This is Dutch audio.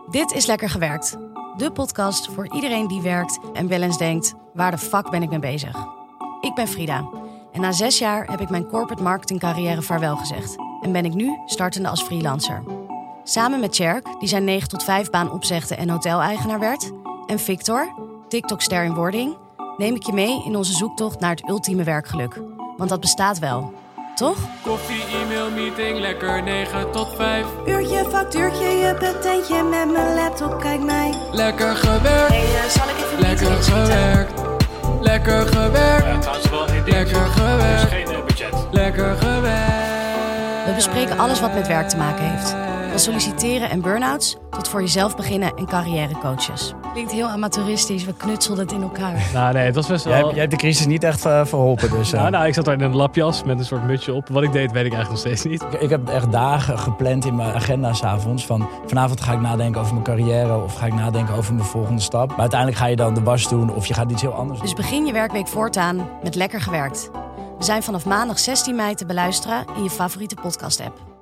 Dit is Lekker Gewerkt. De podcast voor iedereen die werkt en wel eens denkt, waar de fuck ben ik mee bezig? Ik ben Frida en na 6 jaar heb ik mijn corporate marketing carrière vaarwel gezegd. En ben ik nu startende als freelancer. Samen met Tjerk, die zijn 9 tot 5 baan opzegde en hoteleigenaar werd. En Victor, TikTok-ster in wording, neem ik je mee in onze zoektocht naar het ultieme werkgeluk. Want dat bestaat wel. Toch? Koffie, e-mail, meeting, lekker 9 tot 5. Uurtje, factuurtje, je betentje met mijn laptop, kijk mij. Lekker gewerkt, Hey, zal ik even lekker meeting gewerkt. Lekker gewerkt, Trouwens wel één ding. lekker Dus gewerkt, geen budget. lekker gewerkt. We bespreken alles wat met werk te maken heeft. Van solliciteren en burn-outs tot voor jezelf beginnen en carrièrecoaches. Klinkt heel amateuristisch, we knutselden het in elkaar. Nou nee, het was best wel... Jij hebt de crisis niet echt verholpen. Dus, Nou, ik zat daar in een lapjas met een soort mutsje op. Wat ik deed, weet ik eigenlijk nog steeds niet. Ik heb echt dagen gepland in mijn agenda 's avonds. Van vanavond ga ik nadenken over mijn carrière of ga ik nadenken over mijn volgende stap. Maar uiteindelijk ga je dan de was doen of je gaat iets heel anders doen. Dus begin je werkweek voortaan met Lekker Gewerkt. We zijn vanaf maandag 16 mei te beluisteren in je favoriete podcast-app.